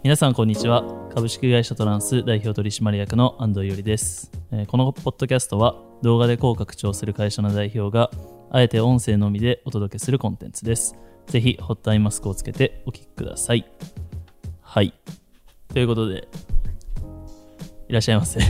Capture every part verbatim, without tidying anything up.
皆さんこんにちは。株式会社トランス代表取締役の安藤依織です、えー、このポッドキャストは動画で効果拡張する会社の代表があえて音声のみでお届けするコンテンツです。ぜひホットアイマスクをつけてお聞きください。はい、ということでいらっしゃいませい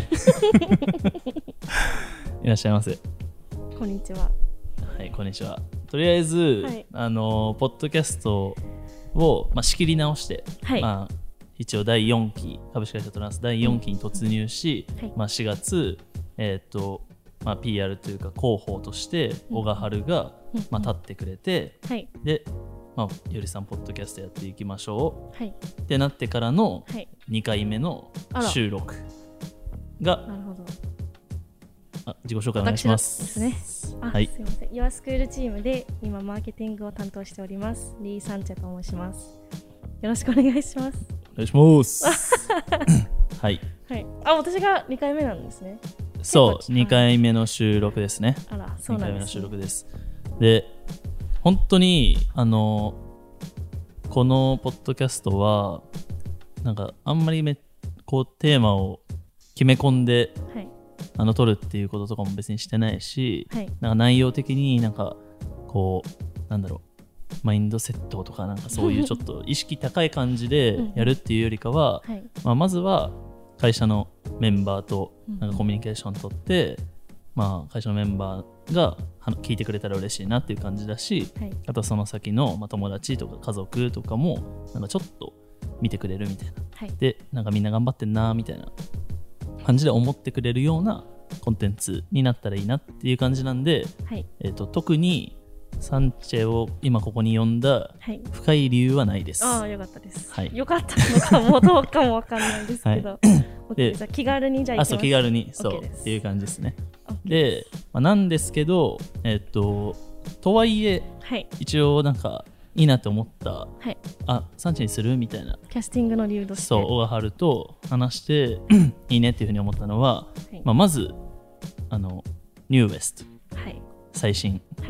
らっしゃいませ。 こんにちは。 はい、こんにちは。とりあえず、はい、あのポッドキャストを、まあ、仕切り直して、はい、まあ、一応だいよんき株式会社トランスだいよんきに突入し、うん、はい、まあ、しがつ、えーとまあ、ピーアール というか広報として小川春が、うん、まあ、立ってくれて、うん、はい、で、まあ、よりさんポッドキャストやっていきましょう、はい、ってなってからのにかいめの収録が、なるほど。あ、自己紹介お願いします。 ですね。あ、はい、すいません。Your School チームで今マーケティングを担当しておりますリー・サンチェと申します。よろしくお願いします。 お願いしますはい、 はい、あ、私がにかいめなんですね。 そう、にかいめの収録ですね。 あら、そうなんですね。にかいめの収録です。 で、本当にあのこのポッドキャストはなんかあんまりめこうテーマを決め込んで、はい、あの撮るっていうこととかも別にしてないし、はい、なんか内容的になんかこうなんだろうマインドセットとかなんかそういうちょっと意識高い感じでやるっていうよりかは、はい、まあ、まずは会社のメンバーとなんかコミュニケーション取って、まあ、会社のメンバーが聞いてくれたら嬉しいなっていう感じだし、はい、あとその先のまあ友達とか家族とかもなんかちょっと見てくれるみたいな、はい、でなんかみんな頑張ってんなみたいな感じで思ってくれるようなコンテンツになったらいいなっていう感じなんで、はい、えーと、特にサンチェを今ここに呼んだ深い理由はないです。 はい、ああ、よかったです、はい、よかったのかもどうかもわかんないですけど、はい、でじゃあ気軽にじゃあ行きます。あ、そう、気軽にそう、っていう感じですね。で、まあ、なんですけど、えっととはいえ、はい、一応なんかいいなって思った、はい、あ、サンチェにするみたいなキャスティングの理由として、 そう、小川春と話していいねっていうふうに思ったのは、はい、まあ、まずあのニューウェスト、はい、最新、はい、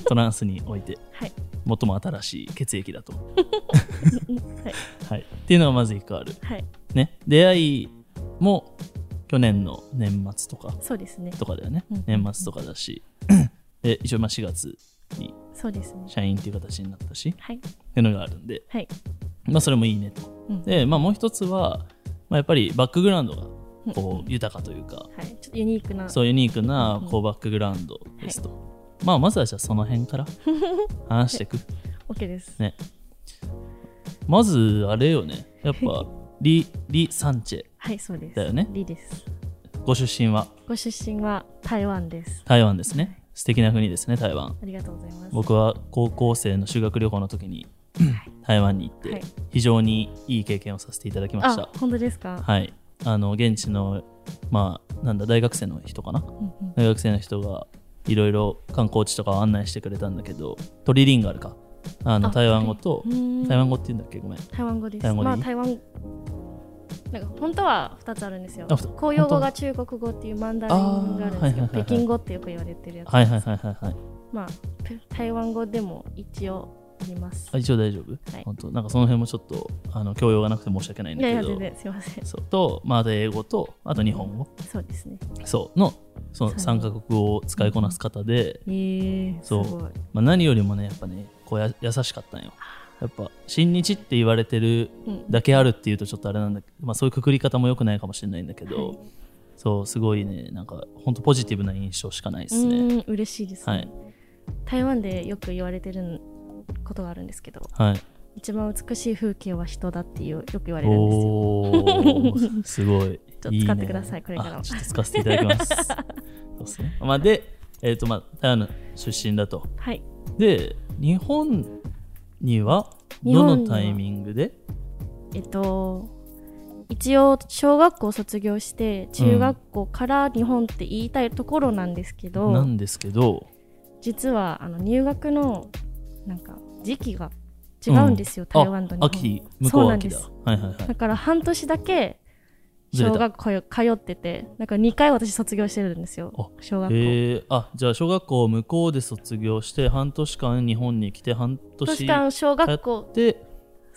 トランスにおいて、はい、最も新しい血液だと、はいはい、っていうのがまずいっこある、はいね、出会いも去年の年末とかそうですねとかだよね、うん、年末とかだしで一応まあしがつに社員っていう形になったし、はい、っていうのがあるんで、はい、まあ、それもいいねと、うん、で、まあ、もう一つは、まあ、やっぱりバックグラウンドがこう豊かというか、 はい、ちょっとユニークなそうユニークなこうバックグラウンドですと、はい、まあ、まずはじゃあその辺から話していく OK です、 ね、まずあれよね、やっぱリ・リ・サンチェ、 はい、そうです、 だよね。 リです。 ご出身はご出身は台湾です。 台湾ですね。素敵な国ですね、台湾。 ありがとうございます。 僕は高校生の修学旅行の時に台湾に行って、はい、非常にいい経験をさせていただきました。 あ、本当ですか。 はい、あの現地の、まあ、なんだ大学生の人かな、うんうん、大学生の人がいろいろ観光地とかを案内してくれたんだけど、トリリンガルかあの台湾語と台湾語って言うんだっけ、ごめん、 台湾語です。台湾語でいい、まあ、台湾なんか本当はふたつあるんですよ。公用語が中国語っていうマンダリンがあるんですけど、はいはいはいはい、北京語ってよく言われてるやつです。はいはいはいはいはい。まあ台湾語でも一応あります。 あ、一応大丈夫、はい、本当なんかその辺もちょっとあの教養がなくて申し訳ないんだけど、 いやいや全然すいません。 そうと、まあ、あと英語とあと日本語、 うん、そうですね、 そうのそのさんカ国語を使いこなす方で、 うん、えー、 そう、 すごい、 まあ、何よりもねやっぱねこうや優しかったんよ。やっぱ親日って言われてるだけあるっていうとちょっとあれなんだけど、まあ、そういうくくり方も良くないかもしれないんだけど、はい、そうすごいねなんか本当ポジティブな印象しかないですね。 うん、嬉しいですね、はい、台湾でよく言われてることがあるんですけど、はい、一番美しい風景は人だっていうよく言われるんですよ。 おすごいちょっと使ってください、いいね、これからちょっと使わせていただきますそうですね、まあ、で、えーとまあ、台湾の出身だと、はい、で日本にはどのタイミングで？ えっと一応小学校卒業して中学校から日本って言いたいところなんですけど、 うん、なんですけど実はあの入学のなんか時期が違うんですよ、うん、台湾と日本。 秋、向こうは秋だ。 そうなんです、はいはいはい、だから半年だけ小学校通ってて、なんかにかい私卒業してるんですよ、小学校。 えー、あ、じゃあ小学校を向こうで卒業して半年間日本に来て半年間小学校で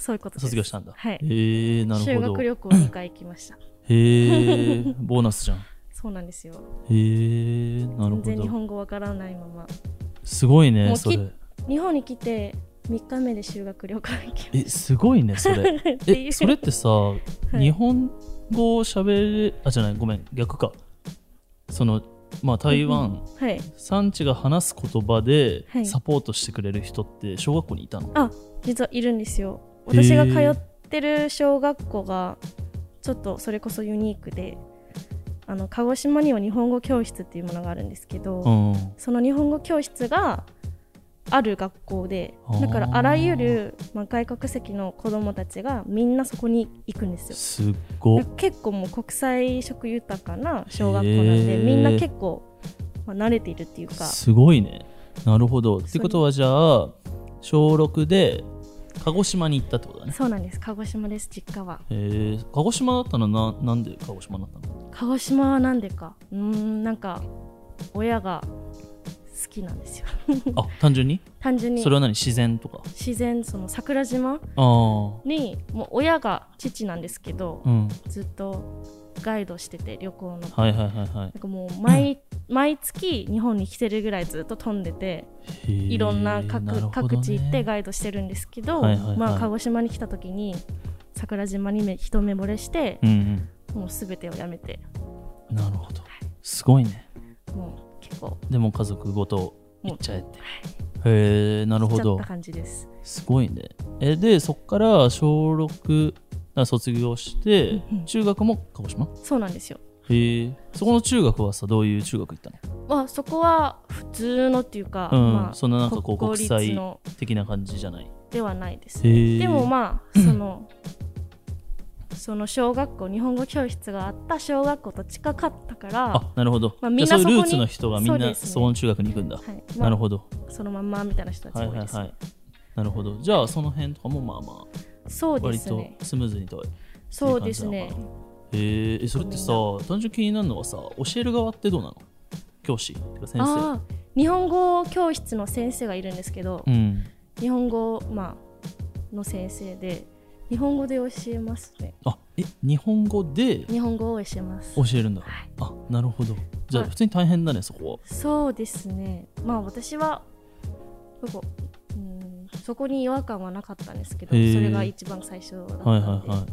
そういうことです。 卒業したんだ。 はい。 へえ、なるほど。 修学旅行にかい行きました。 へえ、ボーナスじゃん。 そうなんですよ。 へえ、なるほど。 全然日本語わからないまま。 すごいね、それ。 日本に来てみっかめで修学旅行行きました。 え、すごいね、それ。え、それってさ、はい、日本語を喋れ、あ、じゃない、ごめん、逆か。その、まあ、台湾、はい、産地が話す言葉でサポートしてくれる人って小学校にいたの？ あ、実はいるんですよ。私が通ってる小学校がちょっとそれこそユニークで、あの鹿児島には日本語教室っていうものがあるんですけど、うん、その日本語教室がある学校で、だからあらゆる、まあ、外国籍の子どもたちがみんなそこに行くんですよ。 すっご結構もう国際色豊かな小学校なんで、みんな結構、まあ、慣れているっていうか。 すごいね。なるほど。ってことはじゃあ小ろくで鹿児島に行ったってことだね。 そうなんです。鹿児島です、実家は。 へえ。鹿児島だったのな、なんで鹿児島だったの？ 鹿児島はなんでか、うーん、なんか親が好きなんですよ。 あ、単純に？単純に。 それは何？自然とか？ 自然、その桜島にもう親が父なんですけど、うん、ずっとガイドしてて、旅行の、 はいはいはいはい、 なんかもう 毎, 毎月日本に来てるぐらいずっと飛んでて、いろんな 各, な、ね、各地行ってガイドしてるんですけど、はいはいはい、まあ、鹿児島に来た時に桜島にめ一目惚れして、うんうん、もう全てをやめて。 なるほど、すごいね。 もう結構でも家族ごと行っちゃえって、はい、へえ、なるほど。 行っちゃった感じです。 すごいね。えでそっから小ろく卒業して、うんうん、中学も鹿児島？ そうなんですよ。 へえ。そこの中学はさ、どういう中学行ったの？ まあ、そこは普通のっていうか、 うん、 まあ、 そんななんかこう国際的な感じじゃない？ ではないですね。でもまあそのその小学校、日本語教室があった小学校と近かったから。 あ、なるほど、まあ、みんなそこに、そういうルーツの人がみんなそこの中学に行くんだ、はい、まあ、なるほど。 そのまんまみたいな人たち多いです、ね、はいはいはい、 なるほど。じゃあその辺とかもまあまあそうですね、 割とスムーズにとはそうですね。 へえ。それってさ、単純気になるのはさ、教える側ってどうなの？教師とか先生？ あ、日本語教室の先生がいるんですけど、うん、日本語、まあ、の先生で日本語で教えますね。 あ、え、日本語で日本語を教えます。 教えるんだ、はい、あ、なるほど。じゃあ普通に大変だね、そこは。 そうですね。まあ私はどこ、うん、そこに違和感はなかったんですけど、それが一番最初だったんで、はいはいはい、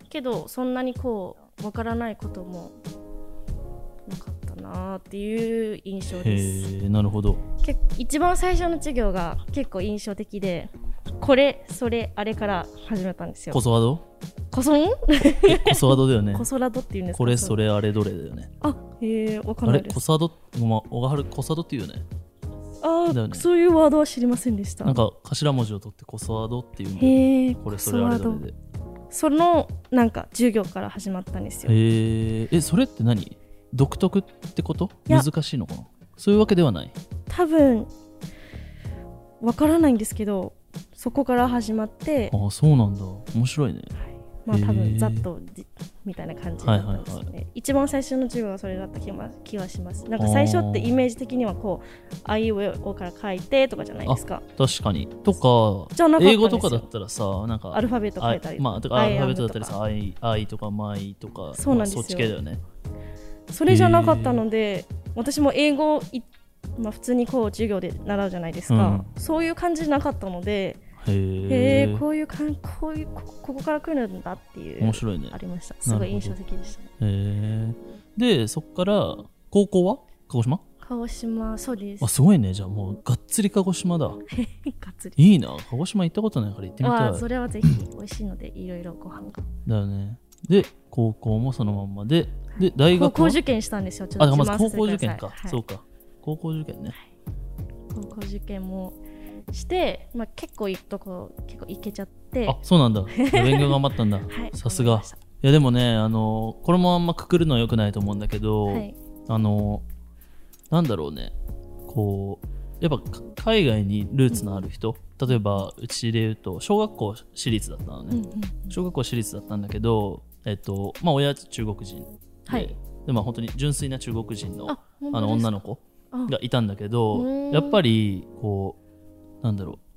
けどそんなにこうわからないこともなかったなっていう印象です。 へ、なるほど。 け一番最初の授業が結構印象的で、これそれあれから始めたんですよ。 コソワド？ コソン？ コソワドだよね。 コソラドっていうんですか？ これそれあれどれだよね。 あ、へえ、わかんないです。 あれコソワド、まあ、小川春コソワドっていうよね。 あ、ね、そういうワードは知りませんでした。 なんか頭文字を取ってコソワドっていうんで、へー、これそれあれどれで、 そのなんか授業から始まったんですよ。 へえ。え、それって何？独特ってこと？難しいのかな？そういうわけではない。 多分わからないんですけど、そこから始まって。 ああ、そうなんだ。面白いね。 はい、まあ多分ざっとみたいな感じだったんですね、はいはいはい、一番最初の授業がそれだった気は、気はします。なんか最初ってイメージ的にはこうあいうえおから書いてとかじゃないですか。 確かに。とかじゃなかったんですよ。英語とかだったらさ、なんかアルファベット書いたり、 まあ、とかアルファベットだったりさ、I, I とか My とか、 そうなんですよ、 まあ、そっち系だよね。 それじゃなかったので、私も英語、まあ、普通にこう授業で習うじゃないですか、うん、そういう感じじゃなかったので、へえ、こういうかんこういう こ, ここから来るんだっていう、 面白いね。 ありました。すごい印象的でしたね。 へえ。でそこから高校は鹿児島？ 鹿児島、そうです。 あ、すごいね。じゃあもうがっつり鹿児島だ。がっつりいいな。鹿児島行ったことないから行ってみたい。 それはぜひ美味しいのでいろいろご飯がだよね。で高校もそのまんまで、で大学は高校受験したんですよ。ちょっとあ、まず高校受験か、はい、そうか、高校受験ね、はい、 高校受験もして、まあ、結構いくとこ結構いけちゃって。 あ、そうなんだ。勉強頑張ったんだ。さすが。いやでもね、あのこれもあんまくくるのは良くないと思うんだけど、はい、あのなんだろうね、こうやっぱ海外にルーツのある人、うん、例えばうちで言うと小学校私立だったのね、うんうんうん、小学校私立だったんだけど、えっとまあ、親中国人で、はい、でまあ、本当に純粋な中国人の あ, あの女の子がいたんだけど、やっぱりこうなんだろう、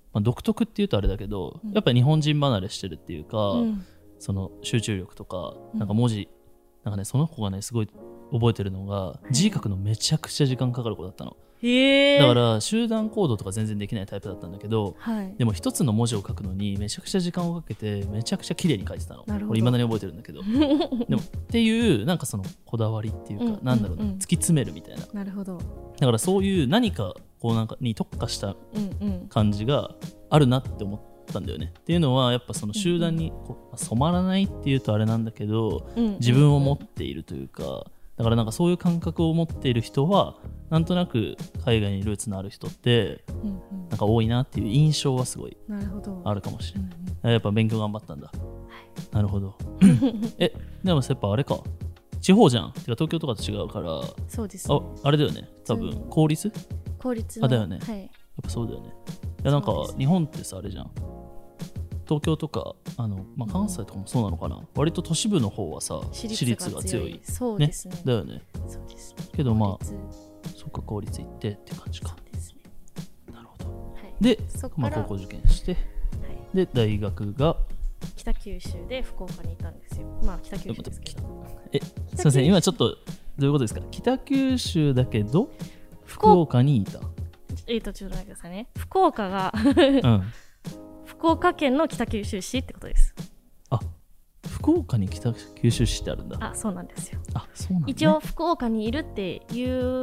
まあ、独特っていうとあれだけど、うん、やっぱり日本人離れしてるっていうか、うん、その集中力とか、なんか文字、なんかね、その子がねすごい覚えてるのが、字書くのめちゃくちゃ時間かかる子だったの。 へー。 だから集団行動とか全然できないタイプだったんだけど、 はい、 でも一つの文字を書くのにめちゃくちゃ時間をかけてめちゃくちゃ綺麗に書いてたの。俺未だに覚えてるんだけどでもっていうなんかそのこだわりっていうか、うんうんうん、なんだろうな、突き詰めるみたいな。 なるほど。 だからそういう何かこうなんかに特化した感じがあるなって思ったんだよね。っていうのはやっぱその集団にこう染まらないっていうとあれなんだけど、うんうんうん、自分を持っているというか、だからなんかそういう感覚を持っている人はなんとなく海外にルーツのある人ってなんか多いなっていう印象はすごいあるかもしれない。うんうん、やっぱ勉強頑張ったんだ。はい、なるほど。え、でもやっぱあれか、地方じゃん。てか東京とかと違うから。 そうですね。 あ、あれだよね。多分公立？ 公立の。 あ、だよね。 はい。 やっぱそうだよね。いやなんか日本ってさあれじゃん。東京とかあの、まあ、関西とかもそうなのかな、うん、割と都市部の方はさ私立が強い。 そうですね。 だよね。 そうですね。 けどまあそっか公立行ってって感じか。 そうですね。 なるほど。 はい、 で、まあ、高校受験して、はい、で大学が北九州で福岡にいたんですよ。まあ北九州ですけど。 え、すみません、今ちょっとどういうことですか。北九州だけど福岡にいた。 えっとちょっと待ってくださいね。福岡が、 うん福岡県の北九州市ってことです。 あ、福岡に北九州市ってあるんだ。 あ、そうなんですよ。 あ、そうなんだ、ね、 一応福岡にいるっていう、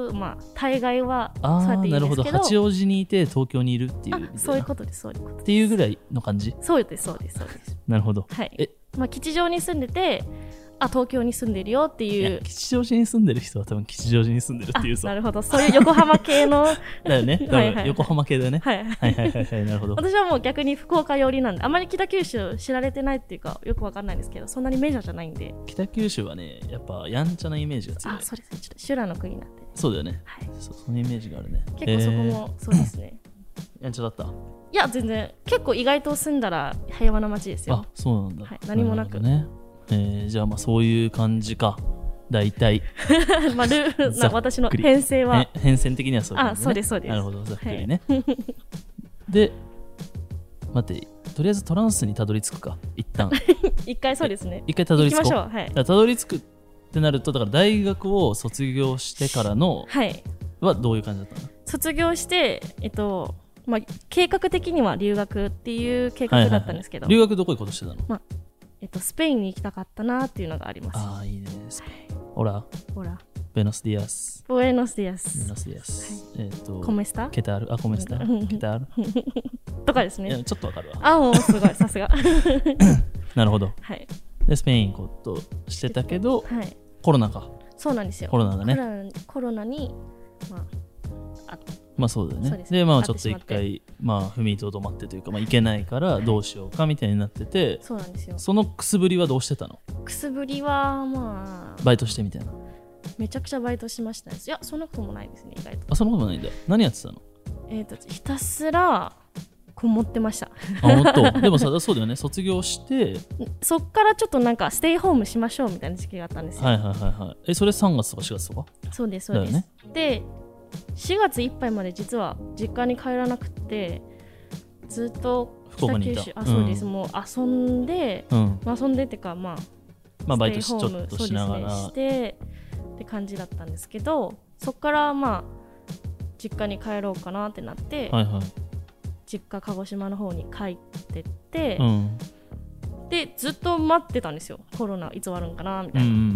まあ大概はそうやって言うんですけど。あ、なるほど。 八王子にいて東京にいるっていうみたいな。 そういうことです、そういうことです。 っていうぐらいの感じ。 そうです、そうです、そうです。 なるほど。 はい。え、まあ吉祥に住んでて、あ、東京に住んでるよっていう。いや、 吉祥寺に住んでる人は多分吉祥寺に住んでるっていうさ。 なるほど。そういう横浜系のだよね。多分横浜系だよね。 はいはいはいはいはい。なるほど。 私はもう逆に福岡寄りなんで、あまり北九州知られてないっていうかよくわかんないんですけど、そんなにメジャーじゃないんで。 北九州はね、やっぱやんちゃなイメージが強い。 あ、そうですね。ちょっと修羅の国なんで。 そうだよね。 はい。 そう、そのイメージがあるね。 結構そこもそうですね。 やんちゃだった？いや全然。結構意外と住んだら平和な街ですよ。 あ、そうなんだ。 はい。何もなく。 ね。えー、じゃあまあそういう感じか大体まあルールな私の編成は変遷的にはそうですね。 あ、そうですそうです。 なるほど、ざっくりね、はい、で待って、とりあえずトランスにたどり着くか一旦一回そうですね。 一回たどり着こう。 行きましょう。はい。 たどり着くってなると、だから大学を卒業してからのはいはどういう感じだったの？ 卒業してえっとまあ計画的には留学っていう計画だったんですけど、 はいはいはい、留学どこ行こうとしてたの？まあえっと、スペインに行きたかったなっていうのがあります。 ああ、いいね。スペイン。オラ。 オラ。 ベノスディアス。 ブエノスディアス。 ベノスディアス。 はい、 えっと。 コメスタ？ ケタール。あ、コメスタ。ケタール。 とかですね。 いや、ちょっとわかるわ。 あ、もうすごい、さすが。 なるほど。 はい。 で、スペイン行こうとしてたけど、 はい、 コロナか。 そうなんですよ。 コロナだね。 コロナ、コロナに、まあ、あまあそうだよね。で、まあちょっと一回、まあ踏みとどまってというか、まあいけないからどうしようかみたいになってて、 そうなんですよ。 そのくすぶりはどうしてたの？ くすぶりは、まあ。 バイトしてみたいな。 めちゃくちゃバイトしましたね。いや、そんなこともないですね、意外と。 あ、そんなことないんだ。何やってたの？ えっと、ひたすら、こもってました。 あ、本当。でもさ、そうだよね。卒業して、 そっからちょっとなんかステイホームしましょうみたいな時期があったんですよ。 はいはいはいはい。え、それさんがつとかしがつとか？ そうですそうです。ね、で、しがついっぱいまで実は実家に帰らなくて、ずっと北九州、あ、そうです、うん、もう遊んで、うん、まあ、遊んでってかまあ、 まあバイトしちょっとしながら、 そうですね、してって感じだったんですけど、そっからまあ実家に帰ろうかなってなって、はいはい、実家鹿児島の方に帰ってって、うん、でずっと待ってたんですよ。コロナいつ終わるんかなみたいな、うんうんうん、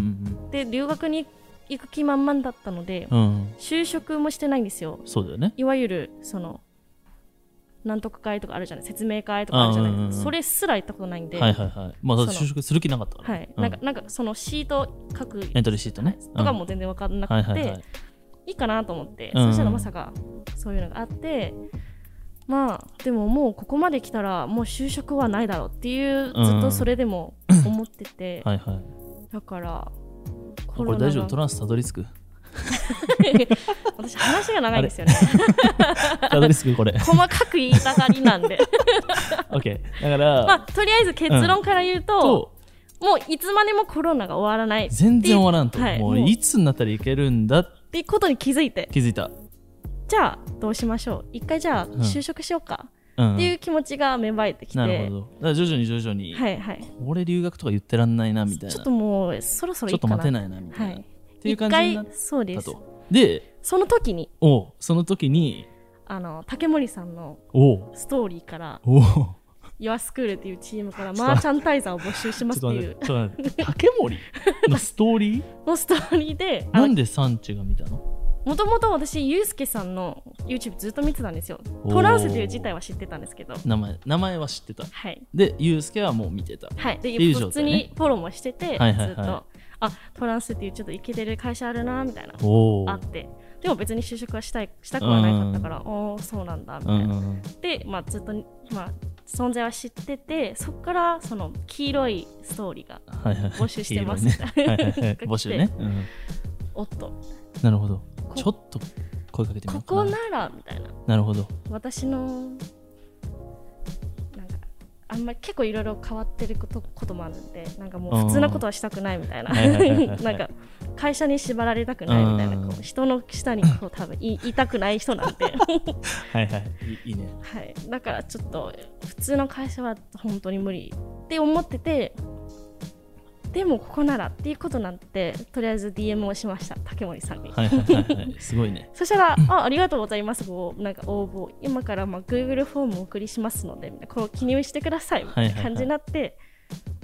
で留学に行く気満々だったので、うん、就職もしてないんですよ。 そうだよね。 いわゆるそのなんとか会とかあるじゃない、説明会とかあるじゃない、うんうんうん、それすら行ったことないんで、 はいはいはい、まあ、就職する気なかったから、 はい、うん、なんかなんかそのシート書くエントリーシートね、 とかも全然分かんなくて、うん、はいはいはい、いいかなと思って、うんうん、そしたらまさかそういうのがあって、まあでももうここまで来たらもう就職はないだろうっていうずっとそれでも思ってて、うん、はいはい、だからこれ大丈夫？トランスたどり着く？ 私話が長いんですよね。 たどり着くこれ。 細かく言いたがりなんで。 OK。だから、 まあとりあえず結論から言うと、うん、もういつまでもコロナが終わらない。 全然終わらんと。はい、もういつになったらいけるんだっていうことに気づいて。 気づいた。 じゃあどうしましょう。一回じゃあ就職しようか。 っていう気持ちが芽生えてきて、 なるほど。だから徐々に徐々に、はいはい、俺留学とか言ってらんないなみたいな、 ちょっともうそろそろいいかな、 ちょっと待てないなみたいな、はい、っていう感じになったと。 そうです。 でその時におその時にあの竹森さんのストーリーからYour School っていうチームからマーチャンタイザーを募集しますっていう竹森のストーリーのストーリーでなんでサンチェが見たの？ もともと私ユースケさんの YouTube ずっと見てたんですよ。トランスという自体は知ってたんですけど、 名前名前は知ってた、 はい、 でユースケはもう見てた、 はい、で普通にフォローもしてて、はいはいはい、ずっとあトランスっていうちょっとイケてる会社あるなみたいなあって、でも別に就職はしたいしたくはなかったから、うん、おーそうなんだみたいな、うん、で、まあ、ずっと、まあ、存在は知ってて、そこからその黄色いストーリーが募集してますみたいな募集ね、うん、 おっとなるほど、ちょっと声かけてみようかな。 ここならみたいな、 なるほど、 私のなんかあんまり結構いろいろ変わってることこともあるんで、なんかもう普通なことはしたくないみたいななんか会社に縛られたくないみたいな、こう人の下にこう多分言いたくない人なんではいはいいい、いいね、 はい、だからちょっと普通の会社は本当に無理って思ってて、でもここならっていうことなんてとりあえず ディーエム をしました竹森さんに。 はいはいはい、はい、すごいね。 そしたらあありがとうございます、こうなんか応募今からまあ Google フォームをお送りしますのでこう記入してくださいみたいな感じになって、はいはいはい、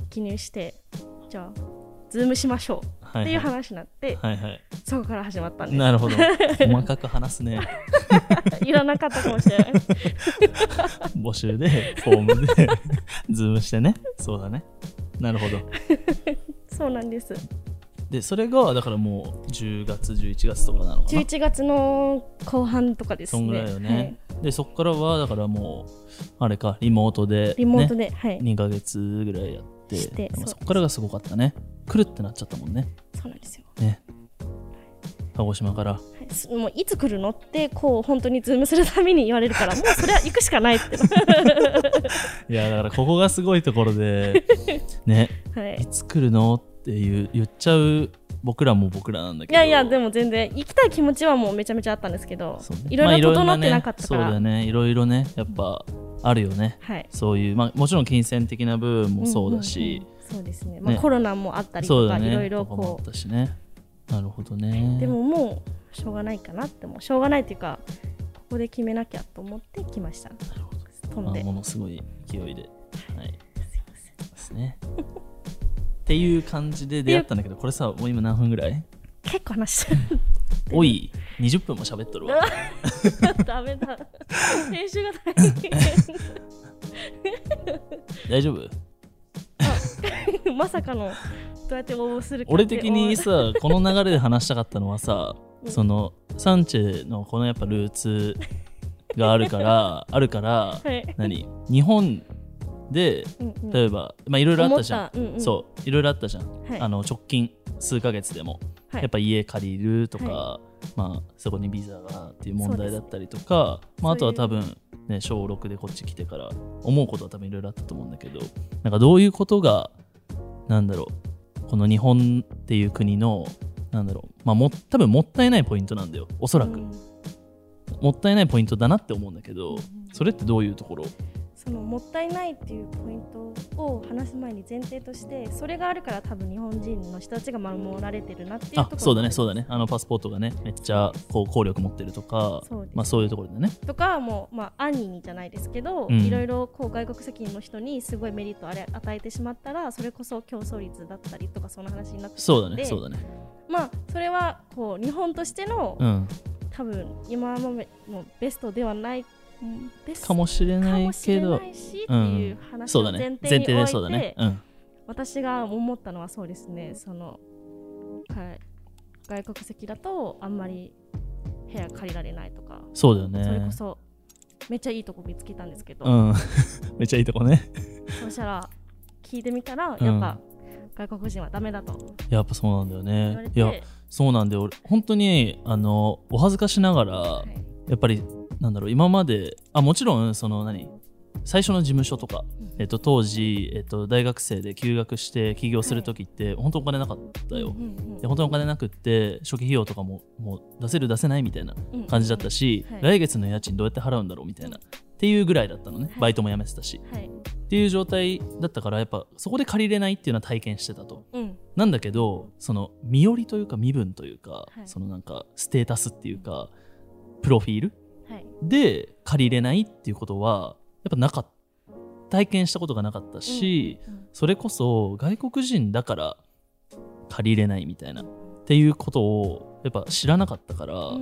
記入してじゃあズームしましょうっていう話になって、はいはい、そこから始まったんです。 なるほど、細かく話すねいらなかったかもしれない募集でフォームでズームしてね、そうだね、なるほどそうなんです。 でそれがだからもうじゅうがつじゅういちがつとかなのかな。 じゅういちがつの後半とかですね。 そんぐらいよね、はい、でそこからはだからもうあれかリモートで、ね、 リモートで、はい、 にかげつぐらいやってしてそこからがすごかったね。来るってなっちゃったもんね。 そうなんですよね、鹿児島から、はい、もういつ来るのってこう本当にズームするために言われるからもうそれは行くしかないっていやだからここがすごいところでね、はい、いつ来るのっていう言っちゃう僕らも僕らなんだけど、 いやいやでも全然行きたい気持ちはもうめちゃめちゃあったんですけど、ね、いろいろ整ってなかったから、 まあ、そうだね、いろいろねやっぱあるよね、はい、そういう、まあ、もちろん金銭的な部分もそうだし、うんうんうん、 そうですね、まあ、コロナもあったりとか、ね、いろいろこうもあったしね。なるほどね。 でももうしょうがないかなってもしょうがないっていうかここで決めなきゃと思って来ました。なるほど、飛んで、まあ、ものすごい勢いで、はい、すいませんですねっていう感じで出会ったんだけど、これさもう今何分ぐらい？ 結構話してるおいにじゅっぷんも喋っとるわダメだ編集が大変大丈夫？ まさかのどうやって応募するか。 俺的にさこの流れで話したかったのはさ、うん、そのサンチェのこのやっぱルーツがあるからあるから、はい、何日本で、うんうん、例えばまあいろいろあったじゃん、うんうん、そういろいろあったじゃん、はい、あの直近数ヶ月でも、はい、やっぱ家借りるとか、はい、まあそこにビザがっていう問題だったりとか、まあ、あとは多分ねしょうろくでこっち来てから思うことは多分いろいろあったと思うんだけど、なんかどういうことがなんだろうこの日本っていう国のなんだろう、まあ、も多分もったいないポイントなんだよおそらく、うん、もったいないポイントだなって思うんだけど、うん、それってどういうところ？ そのもったいないっていうポイントを話す前に前提としてそれがあるから多分日本人の人たちが守られてるなっていうところ。 あ、そうだねそうだね、あのパスポートがねめっちゃこう効力持ってるとか、そうまあそういうところでねとかもまあ安易にじゃないですけど、うん、いろいろこう外国籍の人にすごいメリットを与えてしまったらそれこそ競争率だったりとかその話になってしまうので、そうだねそうだね、まあそれはこう日本としての、うん、多分今までのベストではないかもしれないけど、 っていう話を前提に置いて、私が思ったのはそうですね、その外国籍だとあんまり部屋借りられないとか、 そうだよね、 それこそめっちゃいいとこ見つけたんですけど、 うん、めっちゃいいとこねそしたら聞いてみたらやっぱ、うん、外国人はダメだとやっぱそうなんだよね。いやそうなんで俺本当にあのお恥ずかしながら、はい、やっぱりなんだろう今まであもちろんその何最初の事務所とか、うんえっと、当時、えっと、大学生で休学して起業するときって、はい、本当お金なかったよ、うんうんうん、で本当にお金なくって初期費用とかももう出せる出せないみたいな感じだったし、うんうんはい、来月の家賃どうやって払うんだろうみたいなっていうぐらいだったのね、 はい、 バイトも辞めてたし、 はい、 っていう状態だったからやっぱそこで借りれないっていうのは体験してたと、 うん、 なんだけどその身寄りというか身分というか、 はい、 そのなんかステータスっていうかプロフィール、 はい、 で借りれないっていうことはやっぱなかった、体験したことがなかったし、うんうん、それこそ外国人だから借りれないみたいなっていうことをやっぱ知らなかったから、うん、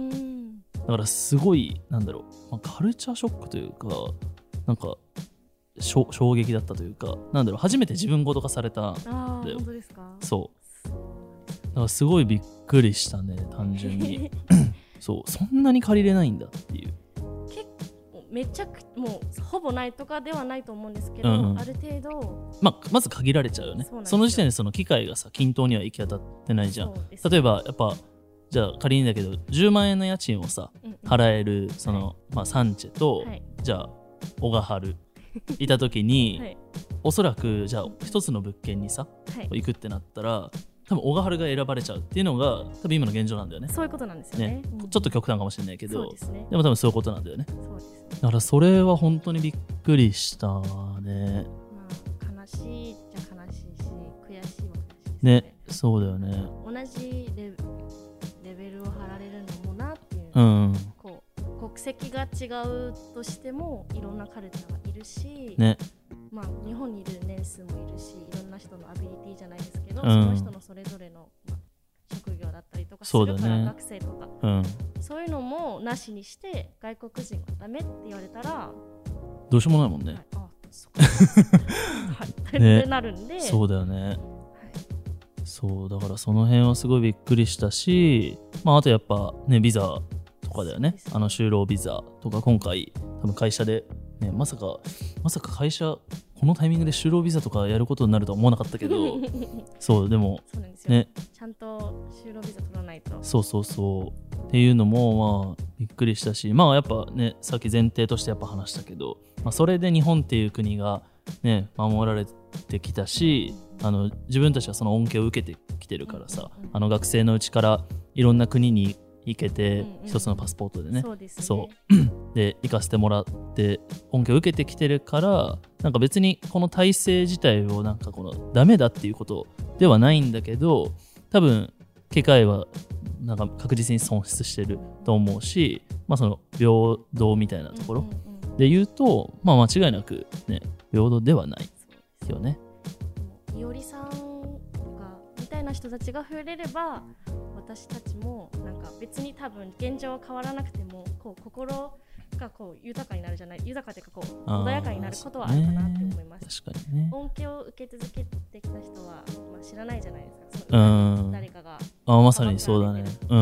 だからすごいなんだろう、まあ、カルチャーショックというかなんか衝撃だったというか、なんだろう、初めて自分ごと化されたんだよ。 あ、本当ですか？ そうだからすごいびっくりしたね、単純にそう、そんなに借りれないんだっていう。 結構めちゃくもうほぼないとかではないと思うんですけど、うん、ある程度、 まあ、まず限られちゃうよね。 そ, その時点でその機会がさ均等には行き当たってないじゃん。例えばやっぱじゃあ仮にだけどじゅうまんえんの家賃をさ、うんうん、払えるその、はい、まあ、サンチェと、はい、じゃあ小川春いた時に、はい、おそらくじゃあ一つの物件にさ、はい、行くってなったら多分小川春が選ばれちゃうっていうのが多分今の現状なんだよね。 そういうことなんですよ ね, ね、 うん、ちょっと極端かもしれないけど、 で, ね、でも多分そういうことなんだよね。 そうですね。 だからそれは本当にびっくりしたね。 まあ、悲しいじゃ悲しいし悔しいも悔しいですね。ね、そうだよね。 同じ レ, レベルを張られるのもなっていう、 うん、 こう国籍が違うとしてもいろんなカルチャーがいるし、 ね、 まあ、日本にいる年数もいるし、いろんな人のアビリティじゃないですけど、うん、その人のそれぞれの、まあ、職業だったりとかするから、ね、学生とか、うん、そういうのもなしにして外国人はダメって言われたらどうしようもないもんね。 はい、あ、そうはいね、ってなるんで。 そうだよね、はい、そうだからその辺はすごいびっくりしたし、まあ、あとやっぱねビザとかだよ ね, ねあの就労ビザとか今回多分会社で、ね、まさかまさか会社このタイミングで就労ビザとかやることになるとは思わなかったけどそうでもそうなんですよ、ね、ちゃんと就労ビザ取らないと。 そうそうそうっていうのもまあびっくりしたし、まあやっぱねさっき前提としてやっぱ話したけど、まあ、それで日本っていう国がね守られてきたし、あの自分たちはその恩恵を受けてきてるからさ、うんうんうん、あの学生のうちからいろんな国に行けて、うんうん、一つのパスポートでね、 そうですね、 そうで行かせてもらって恩恵を受けてきてるから、なんか別にこの体制自体をなんかこのダメだっていうことではないんだけど、多分機会はなんか確実に損失してると思うし、まあその平等みたいなところで言うと、まあ間違いなくね平等ではないよね。 いおりさんがみたいな人たちが増えれれば、私たちもなんか別に多分現状は変わらなくてもこう心がこう豊かになるじゃない、豊かというかこう穏やかになることはあるかなって思います。 確かにね。 恩恵を受け続けてきた人は、まあ、知らないじゃないですか。そのうん誰かがあまさにそうだね。うん。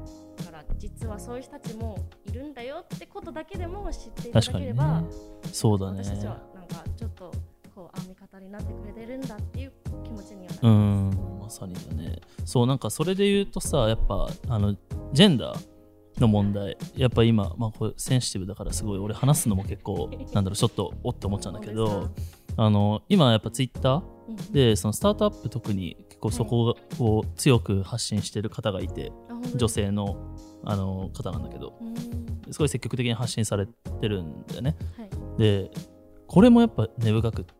だから実はそういう人たちもいるんだよってことだけでも知っていただければ、 ね、そうだね。 私たちはなんかちょっとこうあ味方になってくれてるんだっていう気持ちにはなります。 うんまさにだね。そうなんかそれで言うとさ、やっぱあのジェンダーの問題、やっぱ今、まあ、これセンシティブだからすごい俺話すのも結構なんだろうちょっとおって思っちゃうんだけど、あの今やっぱツイッターでそのスタートアップ特に結構そこを強く発信してる方がいて、女性のあの方なんだけど、すごい積極的に発信されてるんだよね。でこれもやっぱ根深くって、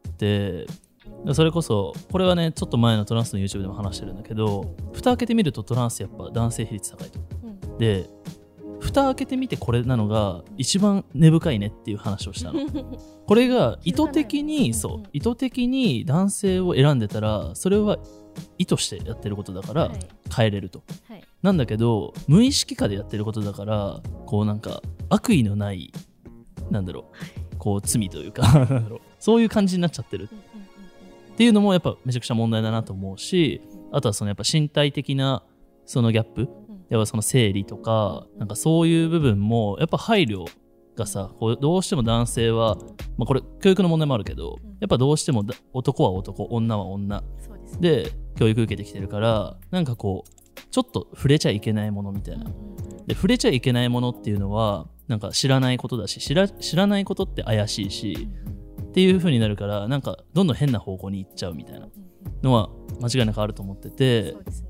それこそこれはねちょっと前のトランスの YouTube でも話してるんだけど、蓋開けてみるとトランスやっぱ男性比率高いと、うん、で蓋開けてみてこれなのが一番根深いねっていう話をしたのこれが意図的にそう意図的に男性を選んでたらそれは意図してやってることだから変えれると、はいはい、なんだけど無意識化でやってることだからこうなんか悪意のないなんだろうこう罪というかなんだろうそういう感じになっちゃってるっていうのもやっぱめちゃくちゃ問題だなと思うし、あとはそのやっぱ身体的なそのギャップ、やっぱその生理とかなんかそういう部分もやっぱ配慮がさ、こうどうしても男性は、まあ、これ教育の問題もあるけど、やっぱどうしても男は男女は女で教育受けてきてるから、なんかこうちょっと触れちゃいけないものみたいな、で触れちゃいけないものっていうのはなんか知らないことだし、知ら、知らないことって怪しいしっていう風になるから、なんかどんどん変な方向に行っちゃうみたいなのは間違いなくあると思ってて、そうですね。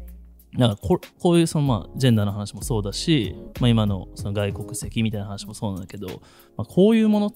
なんか こ, こういうそのまあジェンダーの話もそうだし、まあ、今のその外国籍みたいな話もそうなんだけど、まあ、こういうものって、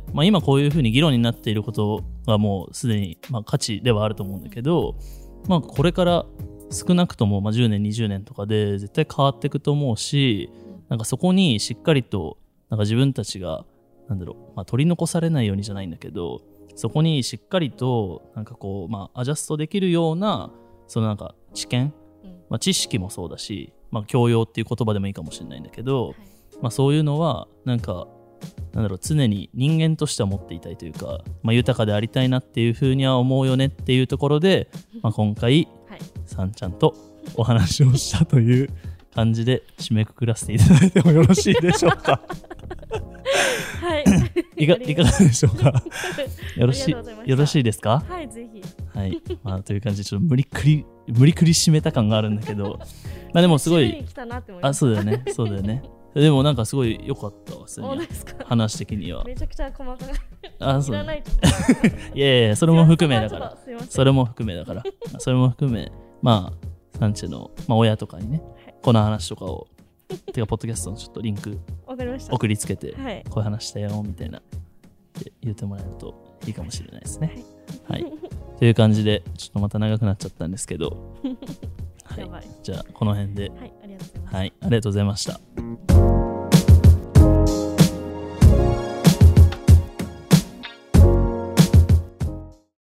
まあ、今こういうふうに議論になっていることがもうすでにまあ価値ではあると思うんだけど、まあ、これから少なくともまあじゅうねんにじゅうねんとかで絶対変わっていくと思うし、なんかそこにしっかりとなんか自分たちがなんだろう、まあ、取り残されないようにじゃないんだけど、そこにしっかりとなんかこう、まあ、アジャストできるようなそのなんか知見、まあ、知識もそうだし、まあ、教養っていう言葉でもいいかもしれないんだけど、はい、まあ、そういうのはなんかなんだろう、常に人間としては持っていたいというか、まあ、豊かでありたいなっていうふうには思うよねっていうところで、まあ、今回、はい、さんちゃんとお話をしたという感じで締めくくらせていただいてもよろしいでしょうか。 はい、 いかいかがでしょうか。よろしいよろしいですか。 はい、ぜひ。 はい、まあ、という感じでちょっと無理くり無理くり締めた感があるんだけど、まあでもすごい、あ、そうだよね、そうだよね。でもなんかすごい良かったわ、話的には。 めちゃくちゃ細かい。 あ、そう。いやいやいや、それも含めだから。それも含めだから。それも含め、まあサンチェの、まあ、親とかにね、はい、この話とかを。てかポッドキャストのちょっとリンク送りつけて、はい、こういう話したよみたいなって言ってもらえるといいかもしれないですね。はい、はい、という感じでちょっとまた長くなっちゃったんですけど、はい、じゃあこの辺で、はい、ありがとうございました。はい、ありがとうございました。